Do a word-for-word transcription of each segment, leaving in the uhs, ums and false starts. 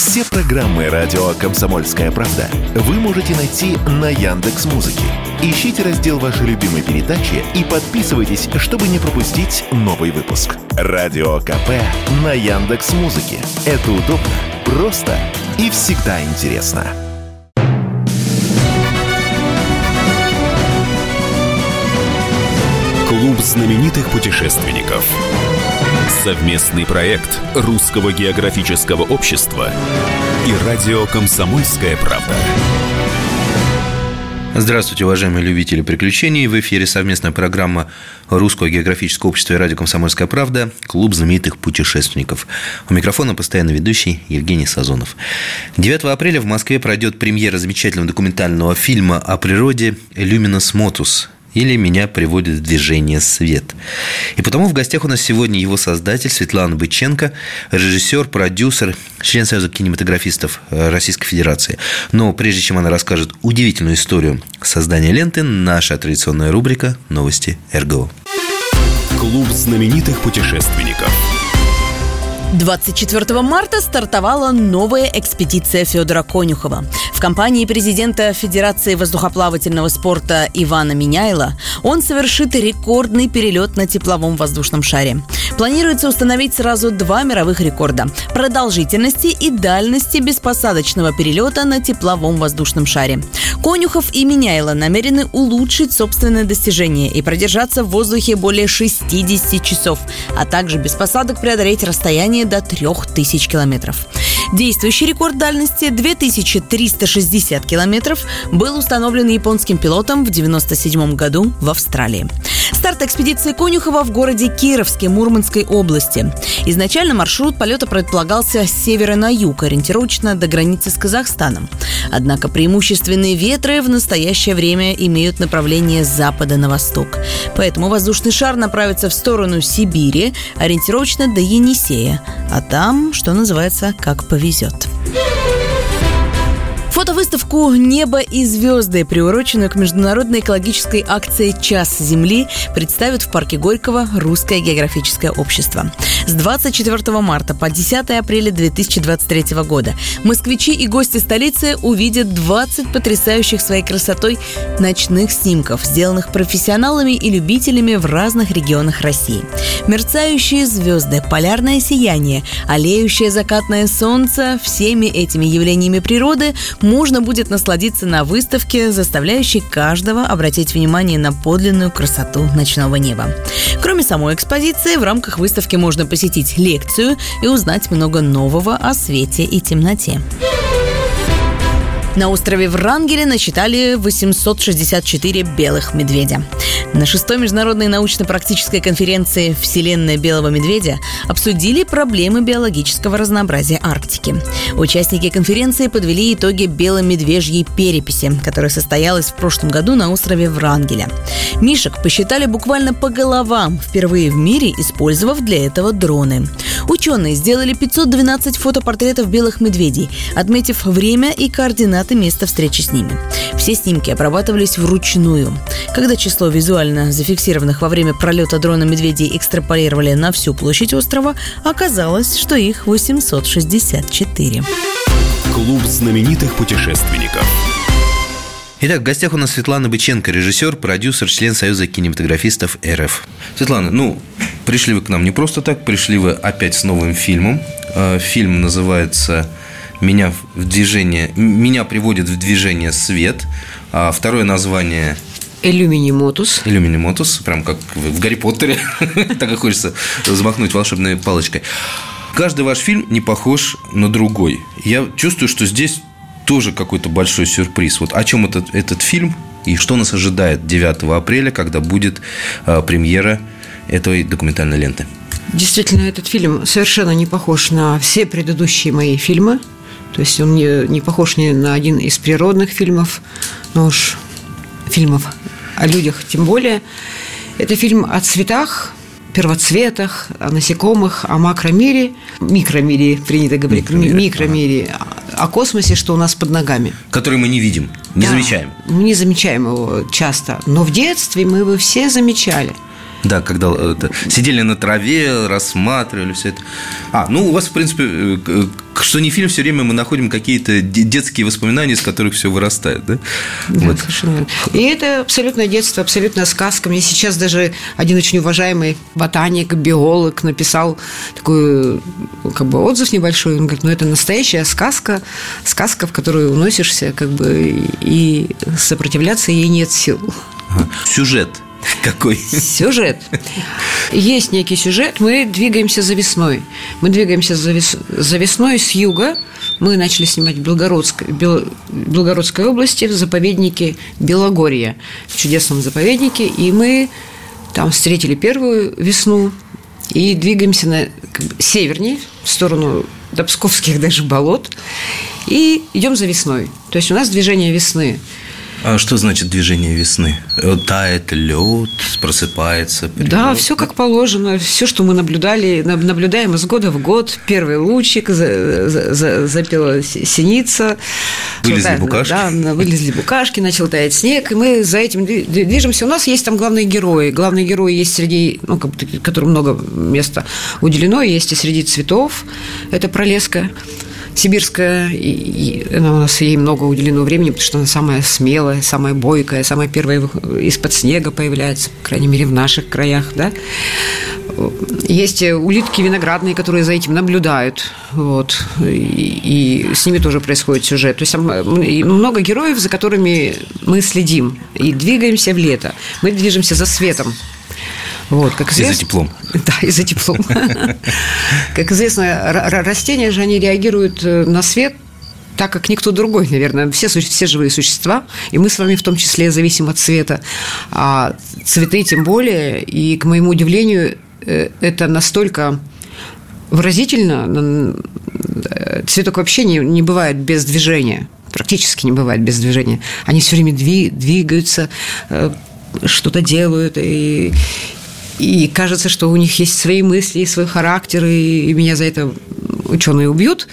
Все программы радио «Комсомольская правда» вы можете найти на Яндекс.Музыке. Ищите раздел вашей любимой передачи и подписывайтесь, чтобы не пропустить новый выпуск. Радио КП на Яндекс.Музыке. Это удобно, просто и всегда интересно. Клуб знаменитых путешественников. Совместный проект Русского географического общества и радио «Комсомольская правда». Здравствуйте, уважаемые любители приключений. В эфире совместная программа Русского географического общества и радио «Комсомольская правда» «Клуб знаменитых путешественников». У микрофона постоянно ведущий Евгений Сазонов. девятого апреля в Москве пройдет премьера замечательного документального фильма о природе «Luminous Motus», или «Меня приводит в движение свет». И потому в гостях у нас сегодня его создатель Светлана Быченко, режиссер, продюсер, член Союза кинематографистов Российской Федерации. Но прежде чем она расскажет удивительную историю создания ленты, наша традиционная рубрика «Новости эр гэ о». Клуб знаменитых путешественников. двадцать четвёртого марта стартовала новая экспедиция Федора Конюхова. В компании президента Федерации воздухоплавательного спорта Ивана Меняйла он совершит рекордный перелет на тепловом воздушном шаре. Планируется установить сразу два мировых рекорда – продолжительности и дальности беспосадочного перелета на тепловом воздушном шаре. Конюхов и Меняйла намерены улучшить собственное достижение и продержаться в воздухе более шестьдесят часов, а также без посадок преодолеть расстояние до трех тысяч километров. Действующий рекорд дальности две тысячи триста шестьдесят километров был установлен японским пилотом в девяносто седьмом году в Австралии. Старт экспедиции Конюхова в городе Кировске Мурманской области. Изначально маршрут полета предполагался с севера на юг, ориентировочно до границы с Казахстаном. Однако преимущественные ветры в настоящее время имеют направление с запада на восток. Поэтому воздушный шар направится в сторону Сибири, ориентировочно до Енисея. А там, что называется, как повезет. Фотовыставку «Небо и звезды», приуроченную к международной экологической акции «Час Земли», представит в парке Горького Русское географическое общество. С двадцать четвёртого марта по десятого апреля две тысячи двадцать третьего года москвичи и гости столицы увидят двадцать потрясающих своей красотой ночных снимков, сделанных профессионалами и любителями в разных регионах России. Мерцающие звезды, полярное сияние, алеющее закатное солнце – всеми этими явлениями природы можно будет насладиться на выставке, заставляющей каждого обратить внимание на подлинную красоту ночного неба. Кроме самой экспозиции, в рамках выставки можно посетить лекцию и узнать много нового о свете и темноте. На острове Врангеля насчитали восемьсот шестьдесят четыре белых медведя. На шестой международной научно-практической конференции «Вселенная белого медведя» обсудили проблемы биологического разнообразия Арктики. Участники конференции подвели итоги беломедвежьей переписи, которая состоялась в прошлом году на острове Врангеля. Мишек посчитали буквально по головам, впервые в мире использовав для этого дроны. Ученые сделали пятьсот двенадцать фотопортретов белых медведей, отметив время и координаты места встречи с ними. Все снимки обрабатывались вручную. Когда число визуально зафиксированных во время пролета дрона медведей экстраполировали на всю площадь острова, оказалось, что их восемьсот шестьдесят четыре. Клуб знаменитых путешественников. Итак, в гостях у нас Светлана Быченко, режиссер, продюсер, член Союза кинематографистов эр эф. Светлана, ну, пришли вы к нам не просто так, пришли вы опять с новым фильмом. Фильм называется «Меня в движение, меня приводит в движение свет». А второе название Illumini Motus. Illumini Motus, прям как в Гарри Поттере. Так и хочется взмахнуть волшебной палочкой. Каждый ваш фильм не похож на другой. Я чувствую, что здесь тоже какой-то большой сюрприз. Вот о чем этот, этот фильм и что нас ожидает девятого апреля, когда будет а, премьера этой документальной ленты? Действительно, этот фильм совершенно не похож на все предыдущие мои фильмы. То есть он не, не похож ни на один из природных фильмов, но уж фильмов о людях тем более. Это фильм о цветах, первоцветах, о насекомых, о макромире, микромире, принято говорить, микромире, микромире ага. О космосе, что у нас под ногами. Который мы не видим, не да, замечаем. Мы не замечаем его часто, но в детстве мы его все замечали. Да, когда это, сидели на траве, рассматривали все это. А, ну, у вас, в принципе, что не фильм, все время мы находим какие-то детские воспоминания, из которых все вырастает, да? Да, вот. Совершенно верно. И это абсолютное детство, абсолютная сказка. Мне сейчас даже один очень уважаемый ботаник, биолог написал такой как бы отзыв небольшой. Он говорит, ну, это настоящая сказка, сказка, в которую уносишься, как бы, и сопротивляться ей нет сил. Ага. Сюжет какой? Сюжет. Есть некий сюжет. Мы двигаемся за весной. Мы двигаемся за, вес... за весной с юга. Мы начали снимать в Белгородской, Бел... Белгородской области, в заповеднике Белогорье, в чудесном заповеднике. И мы там встретили первую весну и двигаемся на как бы, севернее, в сторону до Псковских даже болот. И идем за весной. То есть у нас движение весны. А что значит движение весны? Тает лед, просыпается природа. Да, все как положено. Все, что мы наблюдали, наблюдаем из года в год. Первый лучик, за, за, за, запела синица. Вылезли да, букашки. Да, вылезли букашки, начал таять снег, и мы за этим движемся. У нас есть там главные герои. Главные герои есть среди, ну, которым много места уделено, есть и среди цветов. Это пролеска сибирская, и, и она у нас ей много уделено времени, потому что она самая смелая, самая бойкая, самая первая из-под снега появляется, по крайней мере, в наших краях, да. Есть улитки виноградные, которые за этим наблюдают, вот, и, и с ними тоже происходит сюжет. То есть там много героев, за которыми мы следим и двигаемся в лето. Мы движемся за светом. Вот, как известно, и за теплом. Да, и за теплом. Как известно, растения же, они реагируют на свет так, как никто другой, наверное. Все, все живые существа, и мы с вами в том числе зависим от света. А цветы тем более, и, к моему удивлению, это настолько выразительно. Цветок вообще не, не бывает без движения, практически не бывает без движения. Они все время двигаются, что-то делают, и... И кажется, что у них есть свои мысли, и свой характер, и меня за это ученые убьют.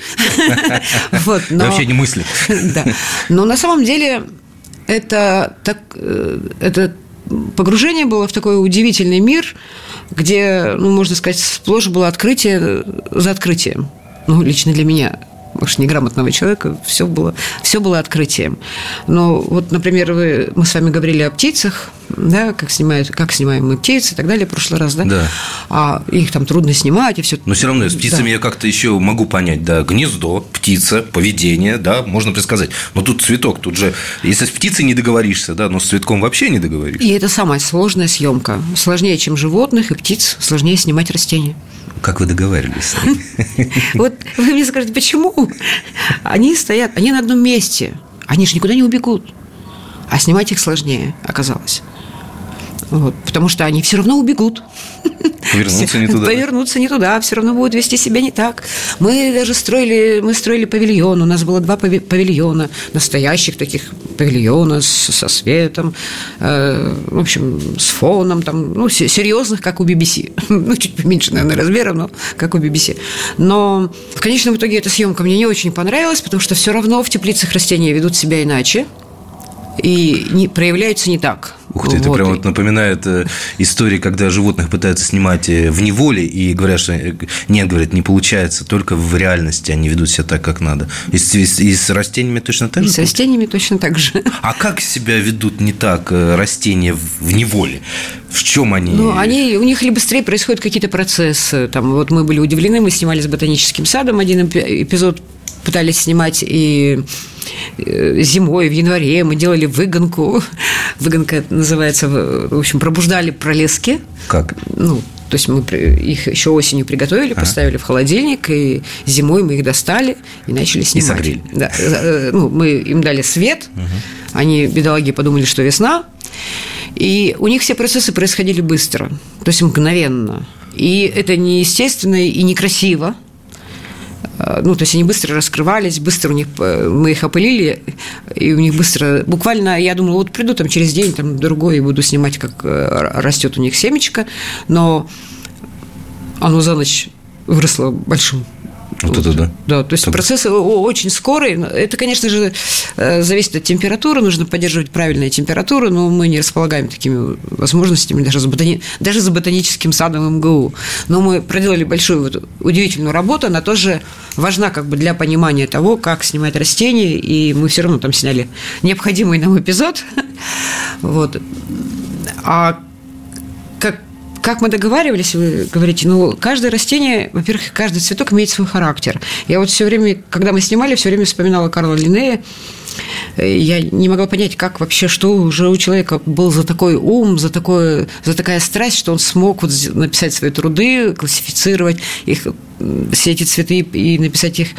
Вот, но... Вообще не мысли. Да. Но на самом деле это, так, это погружение было в такой удивительный мир, где, ну, можно сказать, сплошь было открытие за открытием. Ну, лично для меня, может, неграмотного человека, все было, все было открытием. Но вот, например, вы, мы с вами говорили о птицах, да, как снимают, как снимаем мы птиц и так далее в прошлый раз, да? Да. А их там трудно снимать и все. Но все равно с птицами да. я как-то еще могу понять, да, гнездо, птица, поведение, да, можно предсказать. Но тут цветок, тут же, если с птицей не договоришься, да, но с цветком вообще не договоришься. И это самая сложная съемка. Сложнее, чем животных и птиц, сложнее снимать растения. Как вы договаривались? Вот вы мне скажете, почему? Они стоят, они на одном месте, они же никуда не убегут, а снимать их сложнее оказалось. Вот, потому что они все равно убегут. Повернуться не туда. Повернуться не туда, все равно будут вести себя не так. Мы даже строили, мы строили павильон, у нас было два павильона, настоящих таких павильона со светом, э, в общем, с фоном, там, ну, серьезных, как у би би си. Ну, чуть поменьше, наверное, размером, но как у би би си. Но в конечном итоге эта съемка мне не очень понравилась, потому что все равно в теплицах растения ведут себя иначе и не, проявляются не так. Ух ты, вот. Это прям вот напоминает э, истории, когда животных пытаются снимать в неволе и говорят, что нет, говорят, не получается, только в реальности они ведут себя так, как надо. И с, и с, и с растениями точно так и же? с растениями точно так же. А как себя ведут не так растения в неволе? В чем они? Ну, они, у них или быстрее происходят какие-то процессы. Там, вот мы были удивлены, мы снимали с ботаническим садом один эпизод, пытались снимать и зимой, в январе мы делали выгонку. Выгонка называется, в общем, пробуждали пролески. Как? Ну, то есть мы их еще осенью приготовили, ага. поставили в холодильник, и зимой мы их достали и начали снимать. И согрели. Да. Ну, мы им дали свет, угу. Они, бедолаги, подумали, что весна, и у них все процессы происходили быстро, то есть мгновенно. И это неестественно и некрасиво. Ну, то есть они быстро раскрывались, быстро у них, мы их опылили, и у них быстро, буквально, я думала, вот приду там через день, там, другой, и буду снимать, как растет у них семечко, но оно за ночь выросло большим Вот это да. Да, то есть Как... процесс очень скорый. Это, конечно же, зависит от температуры, нужно поддерживать правильную температуру, но мы не располагаем такими возможностями даже за, ботани... даже за ботаническим садом эм гэ у. Но мы проделали большую вот удивительную работу, она тоже важна как бы для понимания того, как снимать растения, и мы все равно там сняли необходимый нам эпизод. Вот. А как Как мы договаривались, вы говорите, ну, каждое растение, во-первых, каждый цветок имеет свой характер. Я вот все время, когда мы снимали, все время вспоминала Карла Линнея. Я не могла понять, как вообще, что уже у человека был за такой ум, за, такое, за такая страсть, что он смог вот написать свои труды, классифицировать их, все эти цветы и написать их...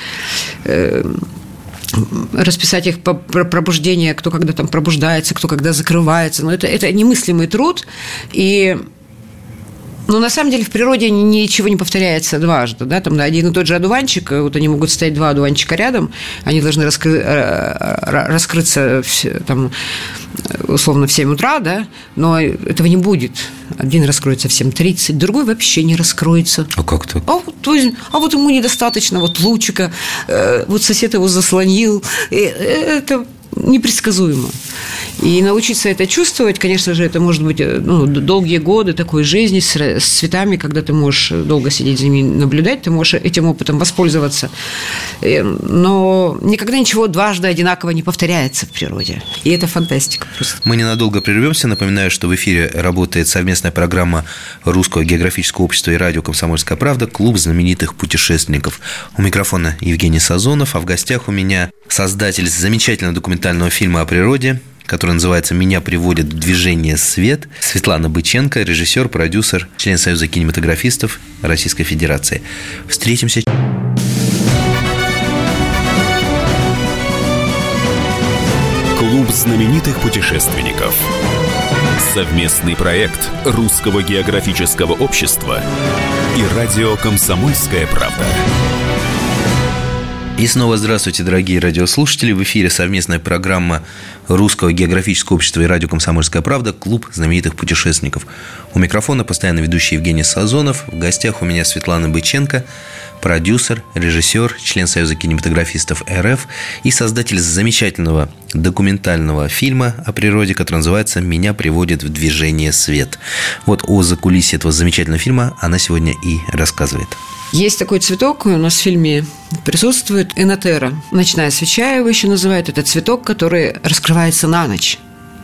расписать их по пробуждению, кто когда там пробуждается, кто когда закрывается. Но это, это немыслимый труд. И... Но на самом деле в природе ничего не повторяется дважды. Да? Там, да, один и тот же одуванчик, вот они могут стоять два одуванчика рядом, они должны раскры... раскрыться там, условно в семь утра, да? Но этого не будет. Один раскроется в семь тридцать, другой вообще не раскроется. А как так? А вот, а вот ему недостаточно вот лучика, вот сосед его заслонил. Это... непредсказуемо. И научиться это чувствовать, конечно же, это может быть ну, долгие годы такой жизни с, с цветами, когда ты можешь долго сидеть за ними, наблюдать, ты можешь этим опытом воспользоваться. Но никогда ничего дважды одинаково не повторяется в природе. И это фантастика просто. Мы ненадолго прервемся. Напоминаю, что в эфире работает совместная программа Русского географического общества и радио «Комсомольская правда» «Клуб знаменитых путешественников». У микрофона Евгений Сазонов, а в гостях у меня создатель замечательного документального фильма о природе, который называется «Меня приводит в движение свет», Светлана Быченко, режиссер, продюсер, член Союза кинематографистов Российской Федерации. Встретимся. Клуб знаменитых путешественников. Совместный проект Русского географического общества и радио «Комсомольская правда». И снова здравствуйте, дорогие радиослушатели. В эфире совместная программа Русского географического общества и радио «Комсомольская правда» «Клуб знаменитых путешественников». У микрофона постоянно ведущий Евгений Сазонов. В гостях у меня Светлана Быченко, продюсер, режиссер, член Союза кинематографистов эр эф и создатель замечательного документального фильма о природе, который называется «Меня приводит в движение свет». Вот о закулисье этого замечательного фильма она сегодня и рассказывает. Есть такой цветок, у нас в фильме присутствует энотера. Ночная свеча его еще называют. Это цветок, который раскрывается на ночь.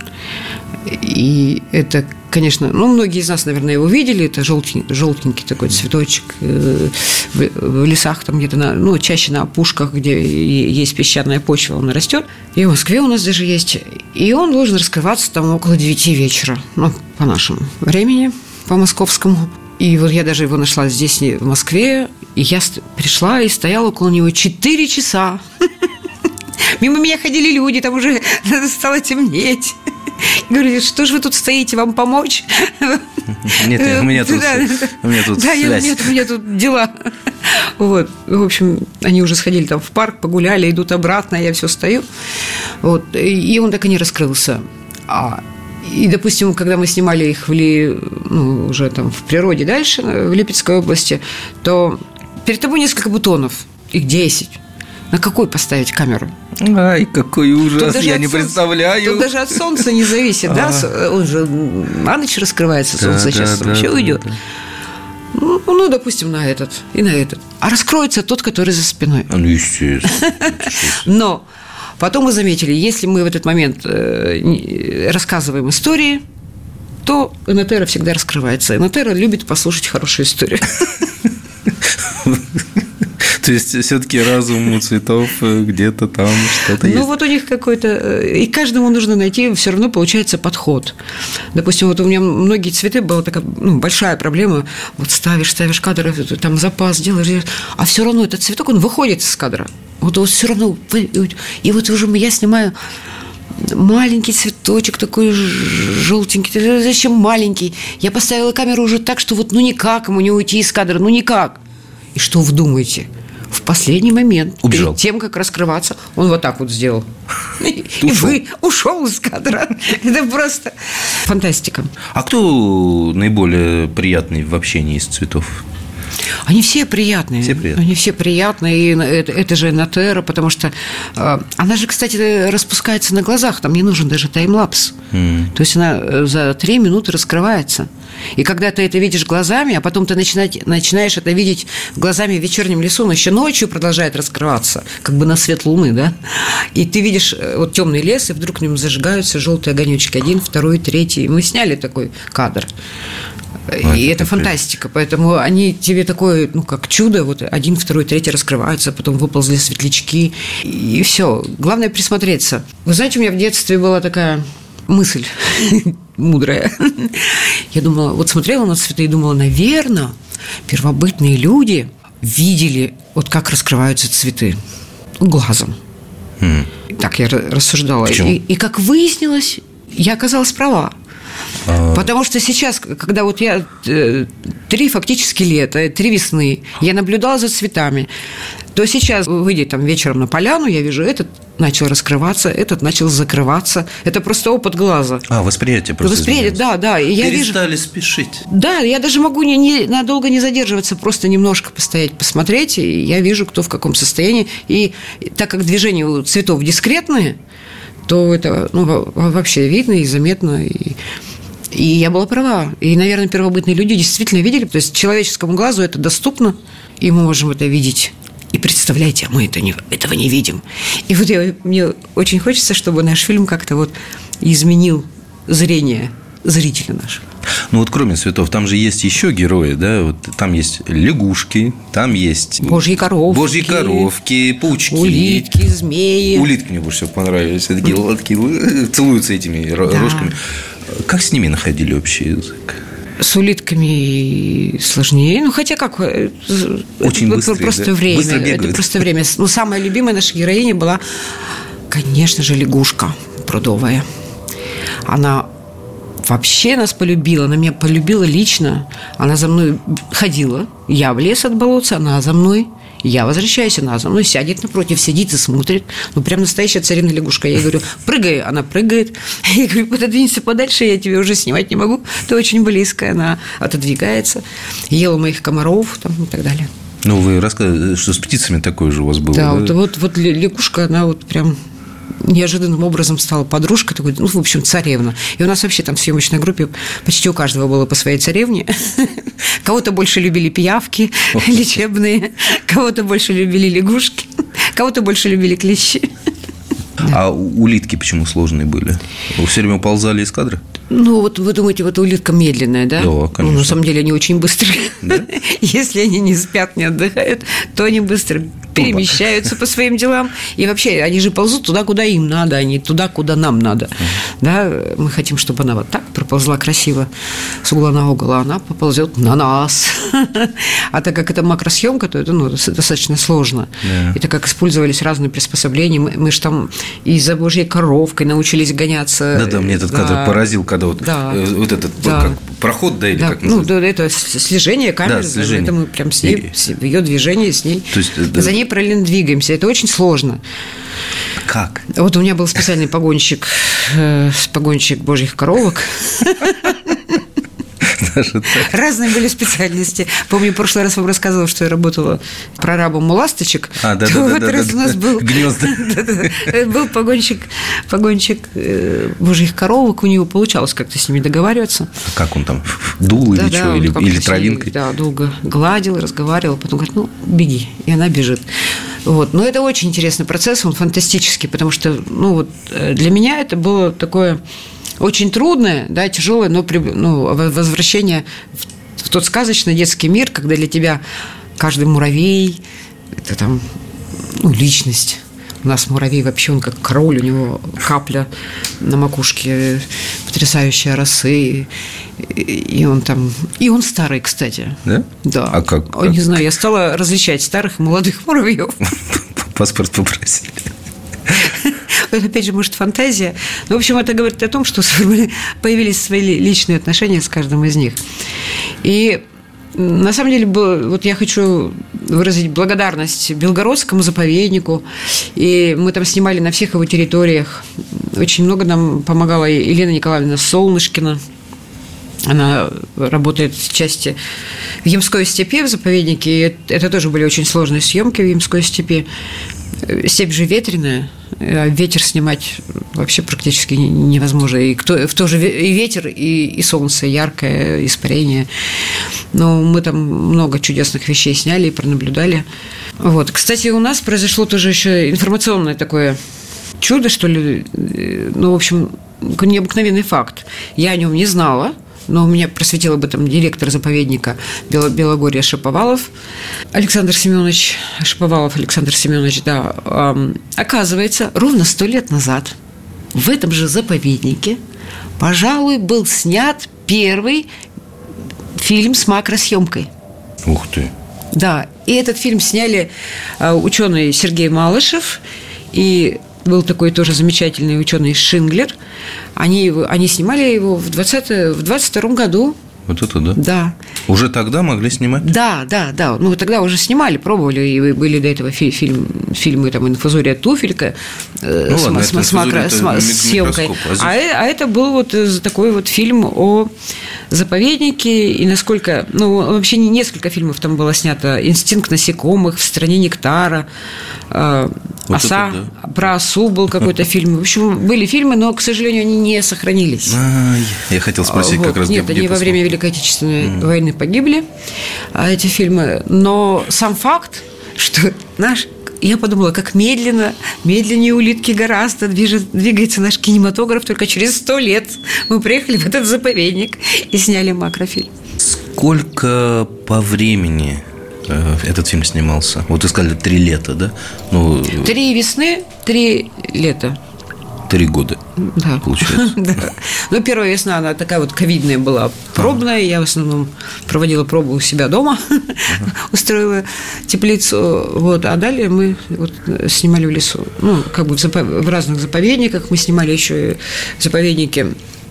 И это, конечно, ну, многие из нас, наверное, его видели. Это желтенький, желтенький такой цветочек в лесах, там где-то, на, ну, чаще на опушках, где есть песчаная почва, он растет. И в Москве у нас даже есть. И он должен раскрываться там около девяти вечера, ну, по нашему времени, по московскому. И вот я даже его нашла здесь, в Москве, и я пришла и стояла около него четыре часа. Мимо меня ходили люди, там уже стало темнеть. Говорю, что же вы тут стоите, вам помочь? Нет, у меня тут, у меня тут да, связь. Нет, у меня тут дела. Вот, в общем, они уже сходили там в парк, погуляли, идут обратно, а я все стою. Вот, и он так и не раскрылся. А И, допустим, когда мы снимали их в Ли, ну, уже там в природе дальше, в Липецкой области, то перед тобой несколько бутонов, их десять. На какой поставить камеру? Ай, какой ужас, я не представляю. Тут даже от солнца не зависит, да? Он же на ночь раскрывается, солнце сейчас вообще уйдет. Ну, ну, допустим, на этот и на этот. А раскроется тот, который за спиной. Ну, естественно. Но потом мы заметили, если мы в этот момент э, рассказываем истории, то энотера всегда раскрывается. Энотера любит послушать хорошую историю. То есть все-таки разум у цветов где-то там что-то есть. Ну вот у них какой-то... И каждому нужно найти все равно, получается, подход. Допустим, вот у меня многие цветы была такая ну, большая проблема. Вот ставишь, ставишь кадр, там запас делаешь, а все равно этот цветок, он выходит из кадра. Вот, вот все равно... И вот уже я снимаю маленький цветочек такой желтенький. Зачем маленький? Я поставила камеру уже так, что вот ну никак ему не уйти из кадра, ну никак. И что вы думаете? В последний момент, убежал. Перед тем, как раскрываться, он вот так вот сделал. И вы ушел из кадра. Это просто фантастика. А кто наиболее приятный в общении из цветов? Они все приятные. Все приятные. Они все приятные. И это, это же Натера, потому что э, она же, кстати, распускается на глазах. Там не нужен даже таймлапс. Mm. То есть она за три минуты раскрывается. И когда ты это видишь глазами, а потом ты начинаешь, начинаешь это видеть глазами в вечернем лесу, он еще ночью продолжает раскрываться, как бы на свет луны, да? И ты видишь вот темный лес, и вдруг в нем зажигаются желтые огонечки. Один, второй, третий. И мы сняли такой кадр. И Ой, это фантастика, поэтому они тебе такое, ну, как чудо, вот один, второй, третий раскрываются, потом выползли светлячки, и все. Главное присмотреться. Вы знаете, у меня в детстве была такая мысль мудрая. Я думала, вот смотрела на цветы и думала, наверное, первобытные люди видели, вот как раскрываются цветы глазом. Mm. Так я рассуждала. И, и как выяснилось, я оказалась права. Потому что сейчас, когда вот я три фактически лета, три весны, я наблюдала за цветами, то сейчас, выйдя там вечером на поляну, я вижу, этот начал раскрываться, этот начал закрываться. Это просто опыт глаза. А, восприятие просто Восприятие, да, да. И я Перестали вижу, спешить. Да, я даже могу не, не, надолго не задерживаться, просто немножко постоять, посмотреть, и я вижу, кто в каком состоянии. И так как движения у цветов дискретные, то это ну, вообще видно и заметно. И, и я была права. И, наверное, первобытные люди действительно видели. То есть человеческому глазу это доступно, и мы можем это видеть. И представляете, а мы это не, этого не видим. И вот я, мне очень хочется, чтобы наш фильм как-то вот изменил зрение зрителя нашего. Ну вот кроме цветов, там же есть еще герои, да? Вот там есть лягушки, там есть божьи коровки, божьи коровки, паучки, улитки, змеи. Улитки мне больше всего понравились. Такие такие целуются этими да. рожками. Как с ними находили общий язык? С улитками сложнее. Ну, хотя как... Очень это быстрые, просто да? время. Быстро это просто время. Ну, самая любимая наша героиня была, конечно же, лягушка прудовая. Она вообще нас полюбила. Она меня полюбила лично. Она за мной ходила. Я в лес от болотца, она за мной. Я возвращаюсь, она за мной сядет напротив, сидит и смотрит. Ну, прям настоящая царевна лягушка. Я ей говорю, прыгай, она прыгает. Я говорю, пододвинься подальше, я тебе уже снимать не могу. Ты очень близко, она отодвигается. Ела моих комаров там, и так далее. Ну, вы рассказывали, что с птицами такое же у вас было. Да, да? Вот, вот, вот лягушка, она вот прям... неожиданным образом стала подружкой, такой, ну, в общем, царевна. И у нас вообще там в съемочной группе почти у каждого было по своей царевне. Кого-то больше любили пиявки лечебные, кого-то больше любили лягушки, кого-то больше любили клещи. А улитки почему сложные были? Вы все время уползали из кадра? Ну, вот вы думаете, вот улитка медленная, да? Да, конечно. Ну, на самом деле они очень быстрые. Да? Если они не спят, не отдыхают, то они быстро перемещаются по своим делам. И вообще, они же ползут туда, куда им надо, а не туда, куда нам надо. Uh-huh. Да? Мы хотим, чтобы она вот так проползла красиво с угла на угол, а она поползет на нас. А так как это макросъемка, то это ну, достаточно сложно. Yeah. И так как использовались разные приспособления, мы, мы же там и за божьей коровкой научились гоняться. Да-да, мне этот кадр да. поразил, когда вот, да. вот этот да. как проход, да, или да. как Ну, да, это слежение камеры, да, слежение. Это мы прям с ней, и... в ее движении с ней, то есть, да. за ней параллельно двигаемся. Это очень сложно. Как? Вот у меня был специальный погонщик, э, погонщик божьих коровок. Разные были специальности. Помню, в прошлый раз вам рассказывала, что я работала прорабом у ласточек. А, да, да, в этот да, раз да, у нас да. был гнезда. Был погонщик, погонщик божьих коровок. У него получалось как-то с ними договариваться. А как он там? Дул или что? Или, или травинкой? Да, долго гладил, разговаривал. Потом говорит, ну, беги. И она бежит. Вот. Но это очень интересный процесс, он фантастический, потому что ну, вот, для меня это было такое... очень трудное, да, тяжелое, но ну, возвращение в, в тот сказочный детский мир, когда для тебя каждый муравей – это там ну, личность. У нас муравей вообще, он как король, у него капля на макушке, потрясающая росы, и он там… И он старый, кстати. Да? Да. А как? О, не знаю, я стала различать старых и молодых муравьев. Паспорт попросили. Это, опять же, может, фантазия. Но, в общем, это говорит о том, что появились свои личные отношения с каждым из них. И, на самом деле, вот я хочу выразить благодарность Белгородскому заповеднику. И мы там снимали на всех его территориях. Очень много нам помогала Елена Николаевна Солнышкина. Она работает в части в Ямской степи, в заповеднике. Это тоже были очень сложные съемки в Ямской степи. Степь же ветреная, а ветер снимать вообще практически невозможно. И кто, в то же и ветер, и, и солнце, яркое испарение. Но мы там много чудесных вещей сняли и пронаблюдали. Вот. Кстати, у нас произошло тоже еще информационное такое чудо, что ли. Ну, в общем, необыкновенный факт. Я о нем не знала, но у меня просветил об этом директор заповедника Белогорья Шаповалов Александр Семенович. Шаповалов Александр Семенович, да. Оказывается, ровно сто лет назад в этом же заповеднике, пожалуй, был снят первый фильм с макросъемкой. Ух ты! Да, и этот фильм сняли ученый Сергей Малышев и был такой тоже замечательный ученый Шинглер. Они, его, они снимали его в двадцатом, в двадцать втором году. Вот это да? Да. Уже тогда могли снимать? Да, да, да. Ну, тогда уже снимали, пробовали. И были до этого фи- фильм, фильмы там «Инфузория туфелька» э, ну, с, ладно, с, с, макро, с, с съемкой. А, а это был вот такой вот фильм о заповеднике. И насколько... Ну, вообще несколько фильмов там было снято. «Инстинкт насекомых», «В стране нектара», э, вот «Оса», это, да. Про осу был какой-то фильм. В общем, были фильмы, но, к сожалению, они не сохранились. А, я хотел спросить, вот. как раз Нет, где, они где во время Великой Отечественной mm. войны погибли, эти фильмы. Но сам факт, что наш... Я подумала, как медленно, медленнее улитки гораздо движет, двигается наш кинематограф. Только через сто лет мы приехали в этот заповедник и сняли макрофильм. Сколько по времени этот фильм снимался? Вот вы сказали, три лета, да? Ну, три весны, три лета. Три года, да. Получается. Да. Ну, первая весна, она такая вот ковидная была, пробная. Я в основном проводила пробу у себя дома, ага. устроила теплицу. Вот. А далее мы вот снимали в лесу. Ну, как бы в, запов... в разных заповедниках. Мы снимали еще и в заповеднике.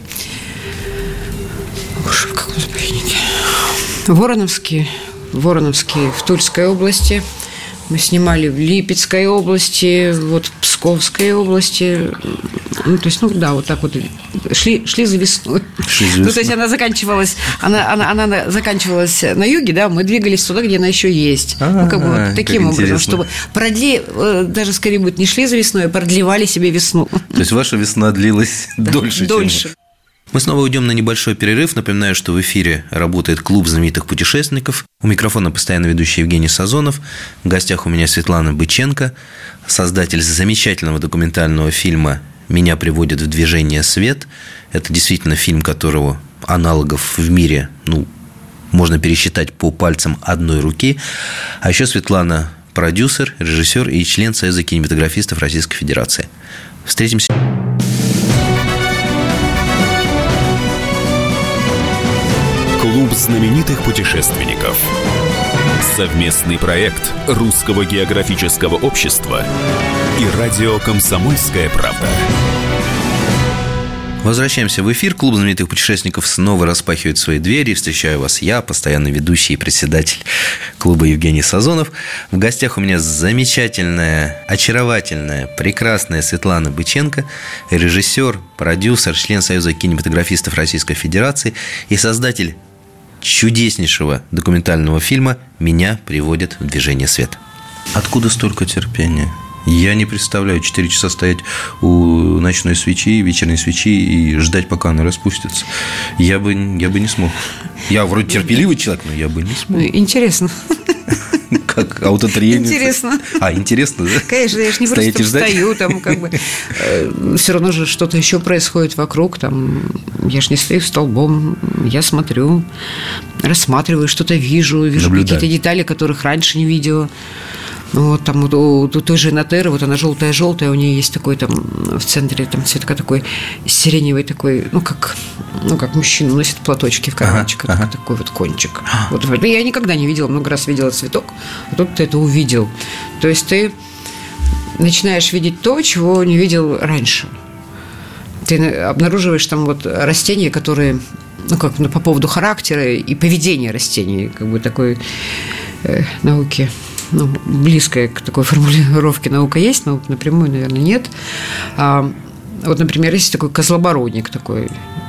Боже, в каком заповеднике? Вороновский. Вороновский в Тульской области. Мы снимали в Липецкой области, вот в Псковской области. Ну, то есть, ну да, вот так вот шли, шли за весной. Шли за весной. Ну, то есть она заканчивалась, она, она, она заканчивалась на юге, да, мы двигались туда, где она еще есть. А-а-а, ну, как бы вот таким образом, интересно. Чтобы продли, даже скорее будет не шли за весной, а продлевали себе весну. То есть ваша весна длилась да, дольше, дольше. Чем... Мы снова уйдем на небольшой перерыв. Напоминаю, что в эфире работает клуб знаменитых путешественников. У микрофона постоянно ведущий Евгений Сазонов. В гостях у меня Светлана Быченко, создатель замечательного документального фильма «Меня приводит в движение свет». Это действительно фильм, которого аналогов в мире, ну, можно пересчитать по пальцам одной руки. А еще Светлана – продюсер, режиссер и член Союза кинематографистов Российской Федерации. Встретимся. Клуб знаменитых путешественников. Совместный проект Русского географического общества и радио «Комсомольская правда». Возвращаемся в эфир. Клуб знаменитых путешественников снова распахивает свои двери. Встречаю вас я, постоянный ведущий и председатель клуба Евгений Сазонов. В гостях у меня замечательная, очаровательная, прекрасная Светлана Быченко, режиссер, продюсер, член Союза кинематографистов Российской Федерации и создатель чудеснейшего документального фильма «Меня приводит в движение свет». Откуда столько терпения? Я не представляю, четыре часа стоять у ночной свечи, вечерней свечи и ждать, пока она распустится. Я бы, я бы не смог. Я вроде терпеливый человек, но я бы не смог. Интересно. Как аутотренинг. Интересно. А, интересно, да? Конечно, я же не Стоите просто ждать? Встаю, там как бы э, все равно же что-то еще происходит вокруг, там я же не стою столбом, я смотрю, рассматриваю, что-то вижу, вижу Наблюдаю. Какие-то детали, которых раньше не видела. Вот там вот, у, у той же Натеры, вот она желтая-желтая, у нее есть такой там в центре там цветка такой сиреневый такой, ну как, ну как мужчина носит платочки в карманчиках, ага, ага. такой вот кончик. Вот, я никогда не видела, много раз видела цветок, а тут ты это увидел. То есть ты начинаешь видеть то, чего не видел раньше. Ты обнаруживаешь там вот растения, которые, ну как, ну, по поводу характера и поведения растений, как бы такой э, науки. Ну, близкая к такой формулировке наука есть, но напрямую, наверное, нет. А, вот, например, есть такой козлобородник такой,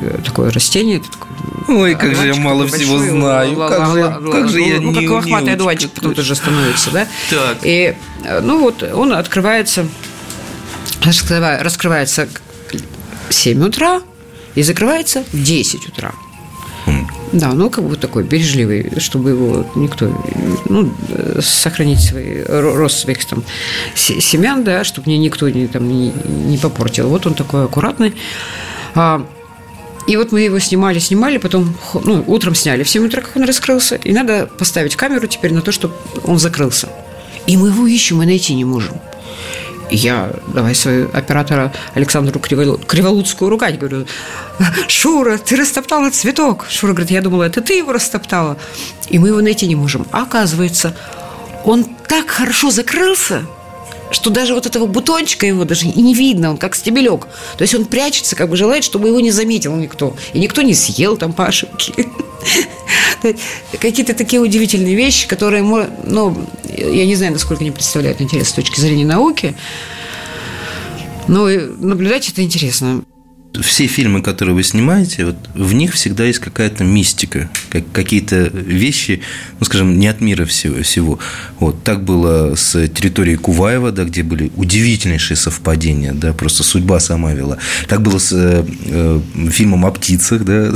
такое растение. Ой, как же я мало всего знаю. Как же, как же я ну, не как лохматый одуванчик потом тоже становится, да? Так. И, ну, вот он открывается, раскрывается в семь утра и закрывается в десять утра. Хм. Да, ну, как бы такой бережливый, чтобы его никто, ну, сохранить свой, рост своих там семян, да, чтобы мне никто не, там, не, не попортил. Вот он такой аккуратный. А, и вот мы его снимали, снимали, потом, ну, утром сняли в семь утра, как он раскрылся, и надо поставить камеру теперь на то, чтобы он закрылся. И мы его ищем и найти не можем. И я давай своего оператора Александру Криволуцкую ругать, говорю: Шура, ты растоптала цветок. Шура говорит: я думала, это ты его растоптала. И мы его найти не можем. А оказывается, он так хорошо закрылся, что даже вот этого бутончика его даже и не видно, он как стебелек. То есть он прячется, как бы желает, чтобы его не заметил никто. И никто не съел там по ошибке. Какие-то такие удивительные вещи, которые, ну, я не знаю, насколько они представляют интерес с точки зрения науки, но наблюдать это интересно. Все фильмы, которые вы снимаете, вот в них всегда есть какая-то мистика, как, какие-то вещи, ну, скажем, не от мира всего. всего. Вот так было с территорией Куваева, да, где были удивительнейшие совпадения, да, просто судьба сама вела. Так было с э, э, фильмом о птицах, да.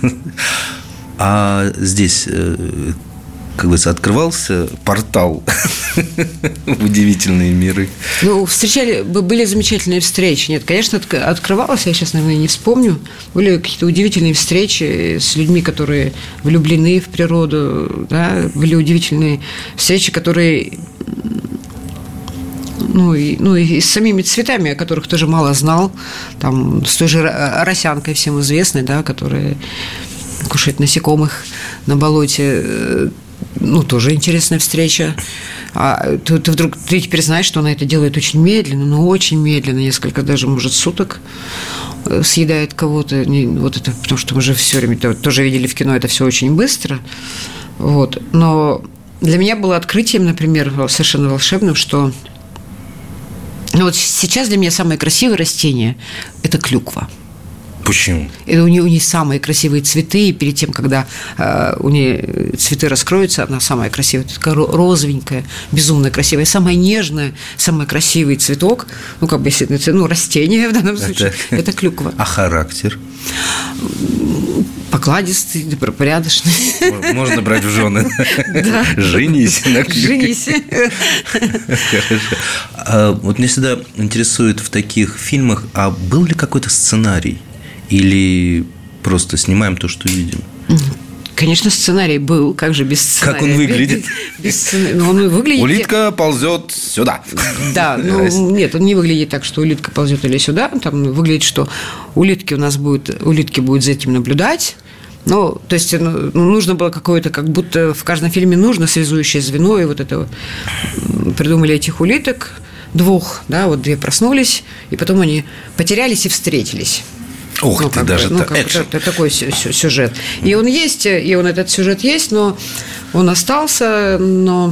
А здесь, как говорится, открывался портал в удивительные миры. Ну, встречали, были замечательные встречи. Нет, конечно, открывалось, я сейчас, наверное, не вспомню. Были какие-то удивительные встречи с людьми, которые влюблены в природу, да? Были удивительные встречи, которые... Ну и, ну, и с самими цветами, о которых тоже мало знал. Там, с той же росянкой всем известной, да, которая... кушать насекомых на болоте, ну, тоже интересная встреча. А ты, ты вдруг ты теперь знаешь, что она это делает очень медленно, но очень медленно, несколько даже, может, суток съедает кого-то. Вот это, потому что мы же все время тоже видели в кино, это все очень быстро. Вот. Но для меня было открытием, например, совершенно волшебным, что ну, вот сейчас для меня самое красивое растение – это клюква. Почему? Это у нее, у нее самые красивые цветы, и перед тем, когда э, у нее цветы раскроются, она самая красивая, такая розовенькая, безумно красивая, самая нежная, самый красивый цветок, ну, как бы, если, ну, растение в данном случае, это, это клюква. А характер? Покладистый, добропорядочный. Можно брать в жены. Женись на клюкве. Женись. Хорошо. Вот меня всегда интересует в таких фильмах, а был ли какой-то сценарий? Или просто снимаем то, что видим? Конечно, сценарий был. Как же без сценария? Как он выглядит? Без сценария. Ну, он выглядит... Улитка ползет сюда. Да, ну нет, он не выглядит так, что улитка ползет или сюда. Там выглядит, что улитки у нас будут, улитки будут за этим наблюдать. Ну, то есть ну, нужно было какое-то, как будто в каждом фильме нужно связующее звено, и вот это придумали этих улиток двух, да, вот две проснулись, и потом они потерялись и встретились. Ух ну, ты, даже бы, ну, так, экшен. Это такой сюжет. И он есть, и он этот сюжет есть, но он остался, но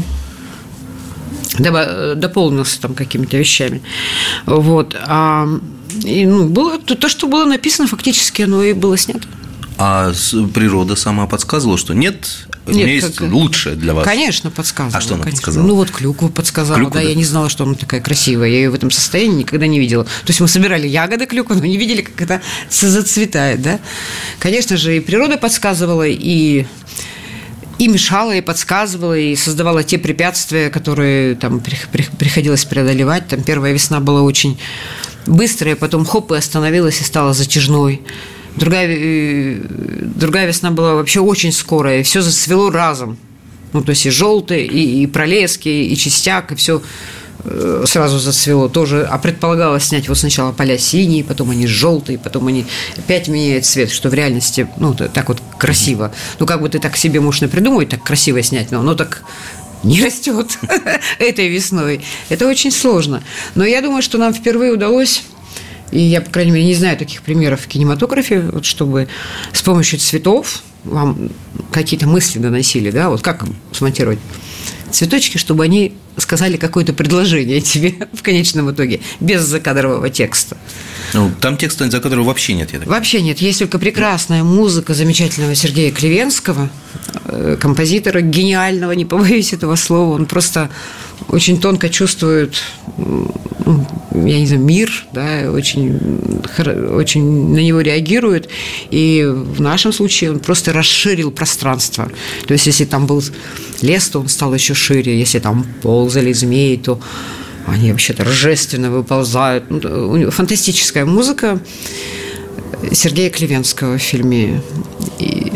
дополнился там какими-то вещами. Вот. А, и, ну, было, то, что было написано, фактически оно и было снято. А природа сама подсказывала, что нет, у нет, меня есть как... лучшее для вас? Конечно, подсказывала. А что она конечно. подсказала? Ну, вот клюкву подсказала, клюкву, да, да, я не знала, что она такая красивая, я ее в этом состоянии никогда не видела. То есть мы собирали ягоды клюквы, но не видели, как это зацветает, да. Конечно же, и природа подсказывала, и... и мешала, и подсказывала, и создавала те препятствия, которые там приходилось преодолевать. Там первая весна была очень быстрая, потом хоп, и остановилась, и стала затяжной. Другая, другая весна была вообще очень скорая, и все зацвело разом. Ну, то есть и желтый, и, и пролески, и частяк, и все сразу зацвело тоже. А предполагалось снять вот сначала поля синие, потом они желтые, потом они опять меняют цвет, что в реальности, ну, так вот красиво. Ну, как бы ты так себе можешь напридумывать, так красиво снять, но оно так не растет этой весной. Это очень сложно. Но я думаю, что нам впервые удалось... И я, по крайней мере, не знаю таких примеров в кинематографе, вот, чтобы с помощью цветов вам какие-то мысли доносили, да, вот как смонтировать цветочки, чтобы они сказали какое-то предложение тебе в конечном итоге, без закадрового текста. Ну, там текста, за которого вообще нет, я так понимаю. Вообще нет. Есть только прекрасная музыка замечательного Сергея Клевенского, композитора гениального, не побоюсь этого слова. Он просто очень тонко чувствует, я не знаю, мир, да, очень, очень на него реагирует. И в нашем случае он просто расширил пространство. То есть, если там был лес, то он стал еще шире. Если там ползали змеи, то они вообще торжественно выползают. Фантастическая музыка Сергея Клевенского в фильме. И,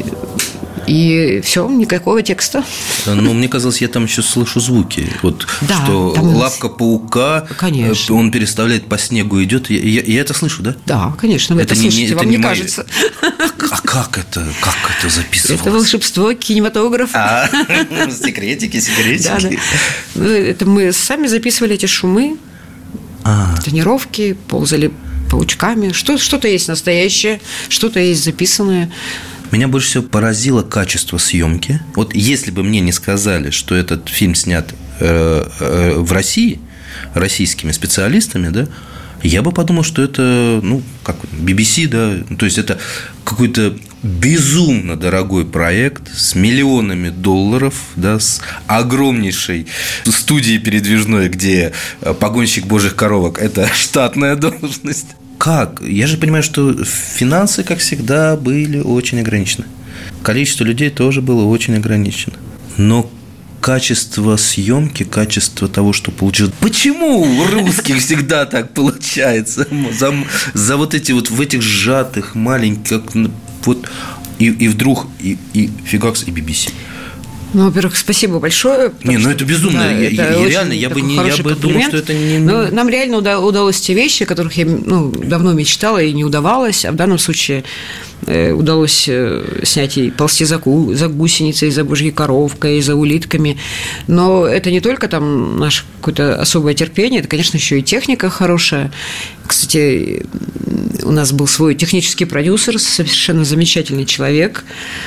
и все, никакого текста. Но мне казалось, я там еще слышу звуки. Вот да, что там... лапка паука, конечно. Он переставляет по снегу, идет. Я, я, я это слышу, да? Да, конечно, вы это, это слышите, не, вам это не, не кажется. А как это, как это записывалось? Это волшебство кинематографа. А, секретики, секретики. Да, да. Это мы сами записывали эти шумы, а. тренировки, ползали паучками. Что, что-то есть настоящее, что-то есть записанное. Меня больше всего поразило качество съемки. Вот если бы мне не сказали, что этот фильм снят э, э, в России российскими специалистами, да, я бы подумал, что это, ну, как би би си, да, то есть это какой-то безумно дорогой проект с миллионами долларов, да, с огромнейшей студией передвижной, где погонщик божьих коровок – это штатная должность. Как? Я же понимаю, что финансы, как всегда, были очень ограничены. Количество людей тоже было очень ограничено. Но качество съемки, качество того, что получилось. Почему у русских всегда так получается? За, за вот эти вот в этих сжатых, маленьких, вот и, и вдруг и, и фигакс, и би би си. Ну, во-первых, спасибо большое. Не, ну это безумно. Да, я, это я, реально, я бы, не, я бы думал, что это не... Но нам реально удалось те вещи, о которых я ну, давно мечтала и не удавалось. А в данном случае э, удалось снять и ползти за, ку, за гусеницей, за божьей коровкой, за улитками. Но это не только там наше какое-то особое терпение, это, конечно, еще и техника хорошая. Кстати, у нас был свой технический продюсер, совершенно замечательный человек,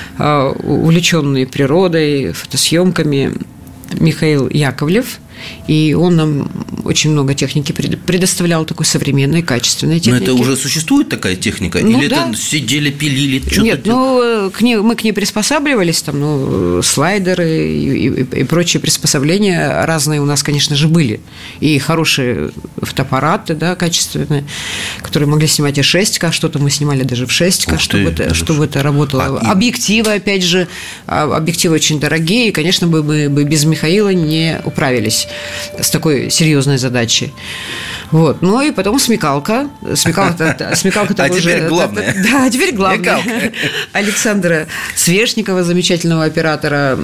увлеченный природой, фотосъемками, Михаил Яковлев. И он нам очень много техники предоставлял, такой современной, качественной техники. Но это уже существует такая техника? Ну, или да. это сидели, пилили? Что-то Нет, ну, к ней, мы к ней приспосабливались, там, ну, слайдеры и, и, и прочие приспособления разные у нас, конечно же, были. И хорошие фотоаппараты, да, качественные, которые могли снимать и шесть ка, что-то мы снимали даже в шесть ка, чтобы, ты, это, чтобы это работало. А, объективы, опять же, объективы очень дорогие, и, конечно, мы бы без Михаила не управились с такой серьезной задачей. Вот. Ну и потом смекалка. Смекалка, смекалка а теперь уже, главное. Да, теперь главное. Александра Свешникова, замечательного оператора.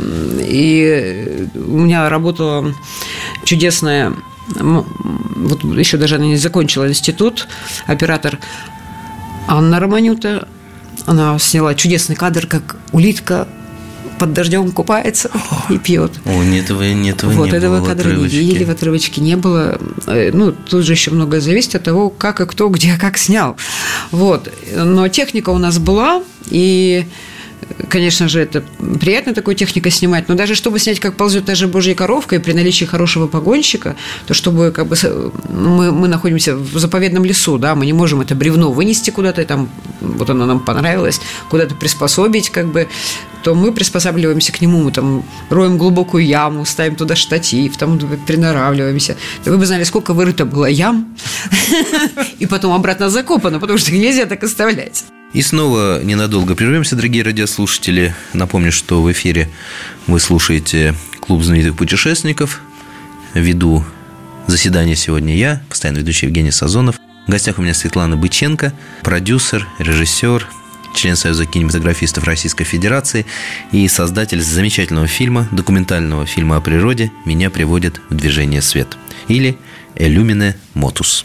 И у меня работала чудесная, вот еще даже она не закончила институт, оператор Анна Романюта. Она сняла чудесный кадр, как улитка под дождем купается и пьет. О, нет, этого, нет, этого вот не этого было. кадра не видели, в отрывочке не было. Ну, тут же еще многое зависит от того, как и кто, где, как снял. Вот. Но техника у нас была, и, конечно же, это приятно такую технику снимать, но даже чтобы снять, как ползет та же божья коровка, и при наличии хорошего погонщика, то чтобы как бы мы, мы находимся в заповедном лесу, да, мы не можем это бревно вынести куда-то, там, вот оно нам понравилось, куда-то приспособить, как бы, то мы приспосабливаемся к нему, мы там роем глубокую яму, ставим туда штатив, там приноравливаемся. Вы бы знали, сколько вырыто было ям, и потом обратно закопано, потому что их нельзя так оставлять. И снова ненадолго прервемся, дорогие радиослушатели. Напомню, что в эфире вы слушаете «Клуб знаменитых путешественников». Веду заседание сегодня я, постоянно ведущий Евгений Сазонов. В гостях у меня Светлана Быченко, продюсер, режиссер, член Союза кинематографистов Российской Федерации и создатель замечательного фильма, документального фильма о природе «Меня приводит в движение свет» или «Элюмине мотус».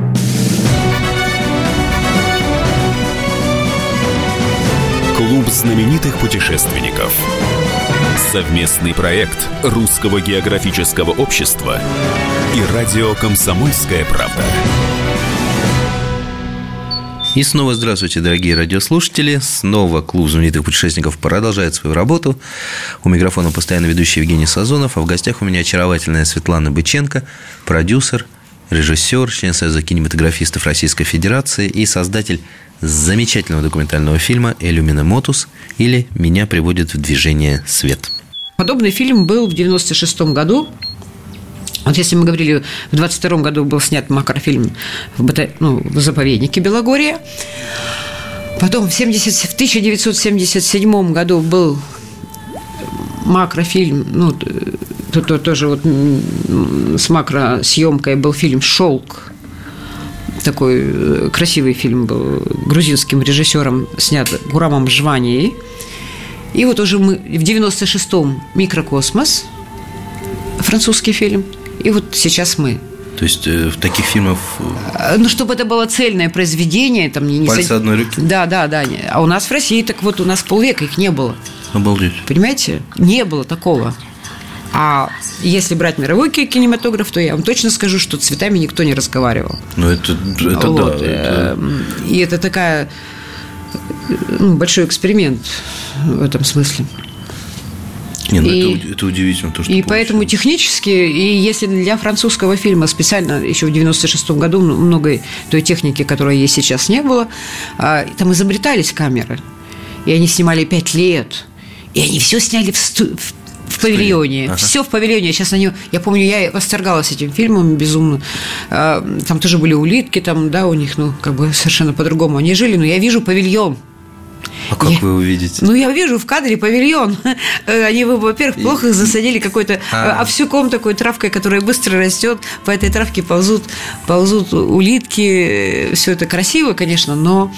Клуб знаменитых путешественников. Совместный проект Русского географического общества и радио «Комсомольская правда». И снова здравствуйте, дорогие радиослушатели. Снова Клуб знаменитых путешественников продолжает свою работу. У микрофона постоянно ведущий Евгений Сазонов, а в гостях у меня очаровательная Светлана Быченко, продюсер, режиссер, член Союза кинематографистов Российской Федерации и создатель замечательного документального фильма «Иллюмина Мотус» или «Меня приводит в движение свет». Подобный фильм был в девяносто шестом году. Вот если мы говорили, в двадцать втором году был снят макрофильм в, бата... ну, в заповеднике Белогорье. Потом в, семьдесят... в тысяча девятьсот семьдесят седьмом году был макрофильм, ну, то, то, тоже вот с макросъемкой был фильм «Шелк». Такой красивый фильм был, грузинским режиссером снят, Гурамом Жванией. И вот уже мы в девяносто шестом «Микрокосмос», французский фильм, и вот сейчас мы. То есть в таких фильмах... Ну, чтобы это было цельное произведение. Там, не, не Пальцы за... одной руки? Да, да, да. А у нас в России, так вот, у нас полвека их не было. Обалдеть. Понимаете? Не было такого. А если брать мировой кинематограф, то я вам точно скажу, что цветами никто не разговаривал. Ну, это, это вот. да. Это... И это такая... Ну, большой эксперимент в этом смысле. Не, ну и, это, это удивительно. То, что и получилось. поэтому технически, и если для французского фильма специально еще в девяносто шестом году много той техники, которая есть сейчас, не было, там изобретались камеры, и они снимали пять лет, и они все сняли в, сту- в, в павильоне, ага. все в павильоне. Сейчас они, я помню, я восторгалась этим фильмом безумно. Там тоже были улитки, там, да, у них, ну, как бы совершенно по-другому они жили, но я вижу павильон. А как я, вы увидите? Ну, я вижу в кадре павильон. Они, во-первых, плохо их засадили какой-то а. овсюком, такой травкой, которая быстро растет. По этой травке ползут, ползут улитки. Все это красиво, конечно, но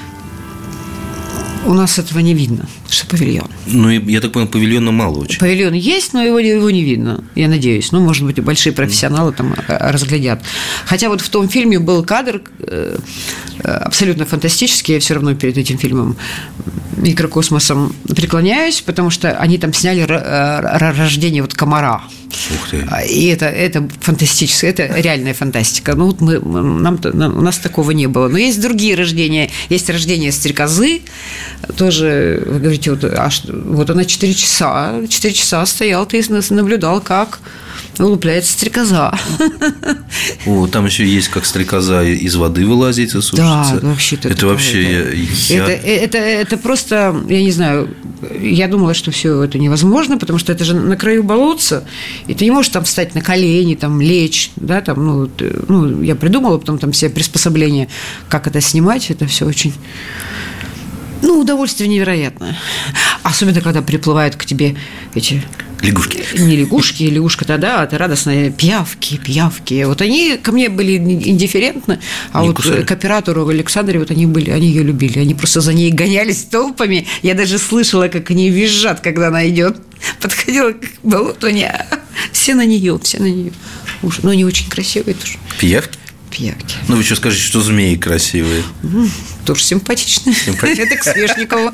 у нас этого не видно, что павильон. Ну, я так понял, павильона мало очень. Павильон есть, но его, его не видно, я надеюсь. Ну, может быть, большие профессионалы там разглядят. Хотя вот в том фильме был кадр абсолютно фантастический. Я все равно перед этим фильмом «Микрокосмосом» преклоняюсь, потому что они там сняли рождение вот комара. Ух ты. И это, это фантастическое, это реальная фантастика. Ну, вот мы, нам, у нас такого не было. Но есть другие рождения. Есть рождение стрекозы. Тоже, вы говорите, вот, а что, вот она четыре часа, четыре часа стоял, ты наблюдал, как вылупляется стрекоза. О, там еще есть, как стрекоза из воды вылазит, сушится. Да, вообще-то это, это вообще... Я... Это, это, это просто, я не знаю, я думала, что все это невозможно, потому что это же на краю болотца, и ты не можешь там встать на колени, там лечь, да, там, ну, ну я придумала потом там все приспособления, как это снимать, это все очень... Ну, удовольствие невероятное. Особенно, когда приплывают к тебе эти... Лягушки. Не лягушки, лягушка-то, да, это радостные пиявки, пиявки. Вот они ко мне были индифферентны, а не вот кусали. К оператору Александре вот они были, они ее любили. Они просто за ней гонялись толпами. Я даже слышала, как они визжат, когда она идет. Подходила к болоту, они все на нее, все на нее. Но они очень красивые тоже. Пиявки? Пиявки. Ну, вы что скажете, что змеи красивые? Тоже симпатичные. Это к Свешникову.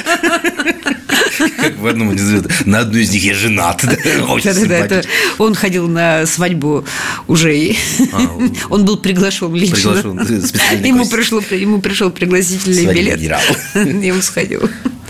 Как в одном из на одну из них я женат. Он ходил на свадьбу уже. Он был приглашен лично. Ему пришел пригласительный билет. И он сходил.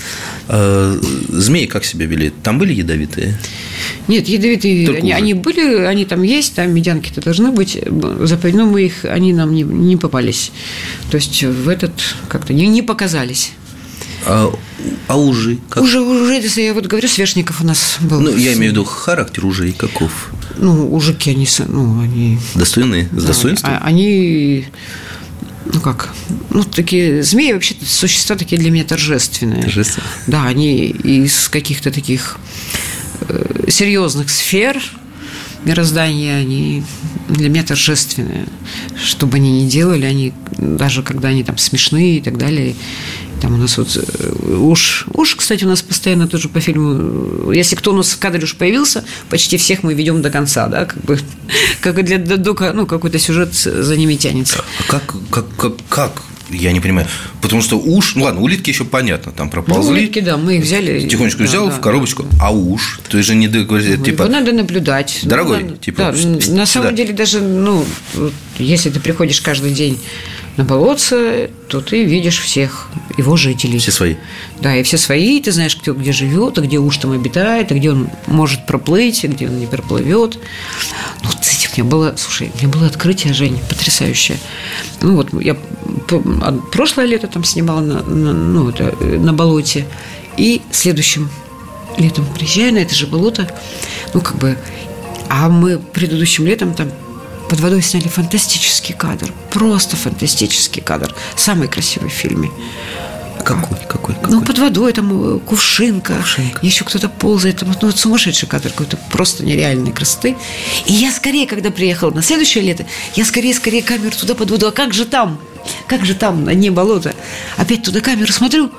Змеи как себя вели? Там были ядовитые? Нет, ядовитые они, они были, они там есть, там медянки-то должны быть. Заповедно мы их, они нам не, не попались. То есть в этот как-то не, не показались. А, а ужи? Как? Уже, уже, я вот говорю, Свешников у нас был. Ну, я имею в виду характер ужей каков? Ну, ужики, они, ну, они... Достойные? С да, достоинством? Они... Ну как? Ну, такие змеи вообще-то существа такие для меня торжественные. Торжественные? Да, они из каких-то таких э, серьезных сфер мироздания, они для меня торжественные. Что бы они ни делали, они, даже когда они там смешные и так далее. Там у нас вот уж, уж, кстати, у нас постоянно тоже по фильму, если кто у нас в кадре уж появился, почти всех мы ведем до конца, да, как бы, как и для дока, ну, какой-то сюжет за ними тянется. А как, как, как, как? Я не понимаю. Потому что уж, ну ладно, улитки еще понятно, там проползли. Ну, улитки, да, мы их взяли. Тихонечко да, взял да, в коробочку, да. А уж, то есть же не говорить, типа. Его надо наблюдать. Дорогой, надо, типа. Да, на самом деле даже, ну, если ты приходишь каждый день на болотце, то ты видишь всех его жителей. Все свои. Да, и все свои, ты знаешь, кто где живет, а где уж там обитает, а где он может проплыть, а где он не проплывет. Ну, с этим меня было, слушай, у меня было открытие, Жень, потрясающее. Ну, вот я прошлое лето там снимала на, на, ну, это, на болоте. И следующим летом приезжаю на это же болото. Ну, как бы... А мы предыдущим летом там под водой сняли фантастический кадр. Просто фантастический кадр. Самый красивый в фильме. Какой, какой, какой? Ну, под водой там кувшинка, кувшинка. Еще кто-то ползает. Там, ну, сумасшедший кадр какой-то, просто нереальной красоты. И я скорее, когда приехала на следующее лето, я скорее-скорее камеру туда под воду. А как же там? Как же там, на дне болота? Опять туда камеру смотрю,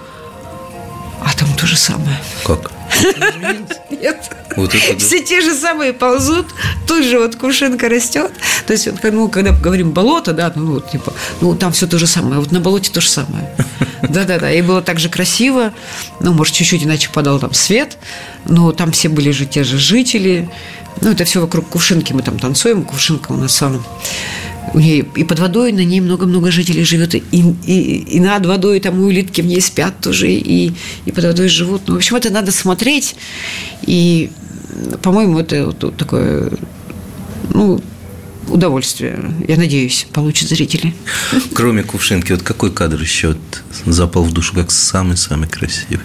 а там то же самое. Как? Нет. Вот это, да. Все те же самые ползут, тут же вот кувшинка растет. То есть, ну, когда говорим болото, да, ну, вот, типа, ну, там все то же самое. Вот на болоте то же самое. Да-да-да. И было так же красиво. Ну, может, чуть-чуть иначе подал там свет, но там все были же те же жители. Ну, это все вокруг кувшинки. Мы там танцуем, кувшинка у нас самая. У нее и под водой на ней много-много жителей живет, и, и, и над водой там и улитки в ней спят тоже, и, и под водой живут. Ну, в общем, это надо смотреть, и, по-моему, это вот, вот такое, ну, удовольствие, я надеюсь, получат зрители. Кроме кувшинки, вот какой кадр еще вот запал в душу, как самый-самый красивый?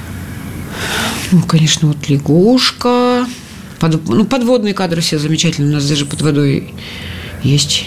Ну, конечно, вот лягушка, под, ну, подводные кадры все замечательные, у нас даже под водой есть.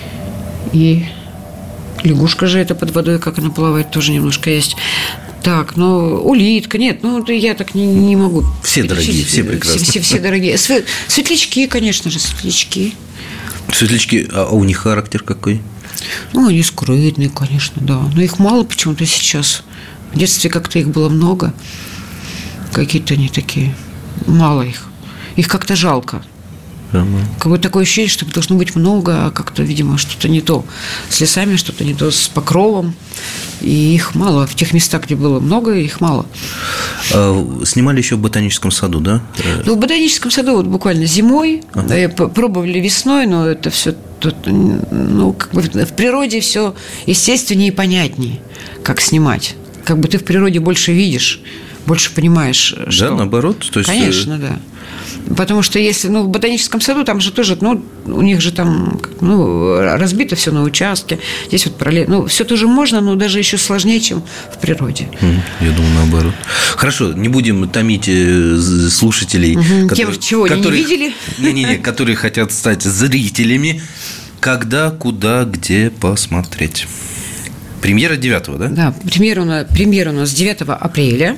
И лягушка же это под водой, как она плавает, тоже немножко есть. Так, ну, улитка, нет, ну, я так не, не могу. Все дорогие, все прекрасные. Все, все, все дорогие. Светлячки, конечно же, светлячки. Светлячки, а у них характер какой? Ну, они скрытные, конечно, да. Но их мало почему-то сейчас. В детстве как-то их было много. Какие-то они такие, мало их. Их как-то жалко. Как бы такое ощущение, что их должно быть много, а как-то, видимо, что-то не то с лесами, что-то не то с покровом. И их мало. В тех местах, где было много, их мало. А, снимали еще в ботаническом саду, да? Ну, в ботаническом саду вот буквально зимой. Ага. Пробовали весной, но это все тут, ну, как бы в природе все естественнее и понятнее, как снимать. Как бы ты в природе больше видишь, больше понимаешь, что... Да, наоборот? То есть... Конечно, да. Потому что если, ну, в ботаническом саду там же тоже, ну, у них же там, ну, разбито все на участке, здесь вот параллельно, ну, все тоже можно, но даже еще сложнее, чем в природе. Я думаю, наоборот. Хорошо, не будем томить слушателей, угу. которые, Тем, чего которые, не видели. Не-не-не, которые хотят стать зрителями. Когда, куда, где посмотреть? Премьера девятого, да? Да, премьера у нас, премьера у нас девятого апреля.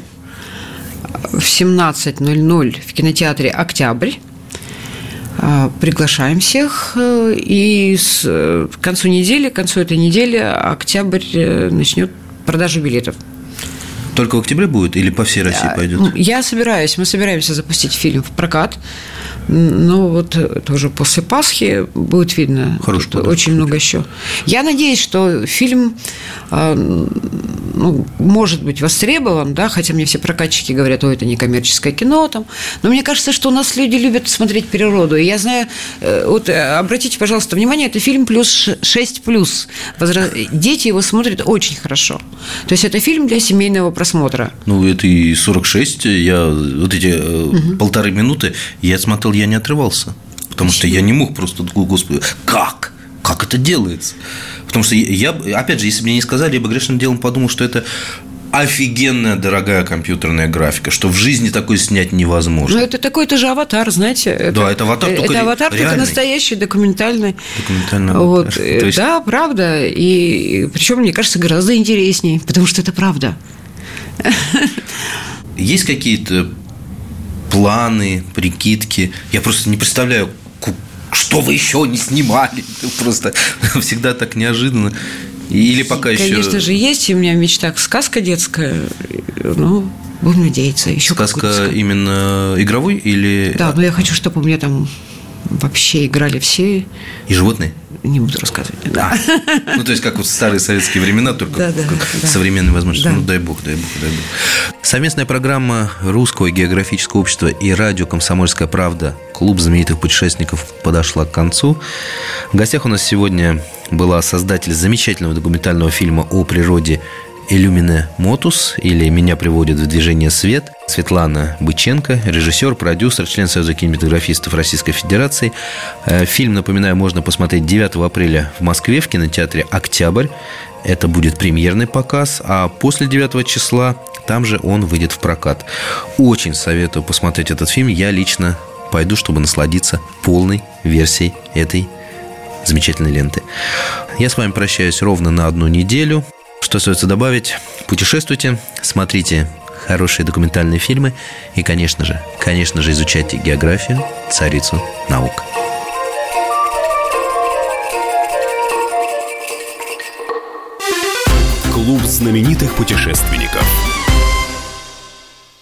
В семнадцать ноль ноль в кинотеатре «Октябрь». Приглашаем всех. И с, к концу недели, к концу этой недели «Октябрь» начнет продажу билетов. Только в октябре будет или по всей России пойдет? Я собираюсь, мы собираемся запустить фильм в прокат. Ну, вот тоже после Пасхи будет видно. Хороший подарок. Очень много еще. Я надеюсь, что фильм, ну, может быть востребован, да, хотя мне все прокатчики говорят, ой, это не коммерческое кино там. Но мне кажется, что у нас люди любят смотреть природу. И я знаю, вот обратите, пожалуйста, внимание, это фильм плюс шесть плюс. Дети его смотрят очень хорошо. То есть это фильм для семейного просмотра. Ну, это и сорок шесть. Я вот эти угу. полторы минуты я смотрел, я не отрывался. Потому Почему? Что я не мог просто, господи, как? Как это делается? Потому что я, опять же, если бы мне не сказали, я бы грешным делом подумал, что это офигенная дорогая компьютерная графика, что в жизни такое снять невозможно. Ну, это такой тоже «Аватар», знаете. Это, да, это «Аватар», только это «Аватар», реальный. только настоящий, документальный. Документальный вот. То есть... Да, правда. И причем, мне кажется, гораздо интереснее, потому что это правда. Есть какие-то планы, прикидки? Я просто не представляю, что вы еще не снимали. Просто всегда так неожиданно. Или пока Конечно еще... Конечно же, есть. У меня в мечтах сказка детская. Ну, будем надеяться. Еще сказка именно игровой или... Да, но я хочу, чтобы у меня там вообще играли все. И животные? Не буду рассказывать. Да. Ну, то есть, как вот в старые советские времена, только да, да, да. современные возможности. Да. Ну, дай бог, дай бог, дай бог. Совместная программа Русского географического общества и радио «Комсомольская правда» «Клуб знаменитых путешественников» подошла к концу. В гостях у нас сегодня была создатель замечательного документального фильма о природе «Иллюмине Мотус» или «Меня приводит в движение свет». Светлана Быченко, режиссер, продюсер, член Союза кинематографистов Российской Федерации. Фильм, напоминаю, можно посмотреть девятого апреля в Москве в кинотеатре «Октябрь». Это будет премьерный показ, а после девятого числа там же он выйдет в прокат. Очень советую посмотреть этот фильм. Я лично пойду, чтобы насладиться полной версией этой замечательной ленты. Я с вами прощаюсь ровно на одну неделю. Что остается добавить? Путешествуйте, смотрите хорошие документальные фильмы и, конечно же, конечно же, изучайте географию, царицу наук. Клуб знаменитых путешественников.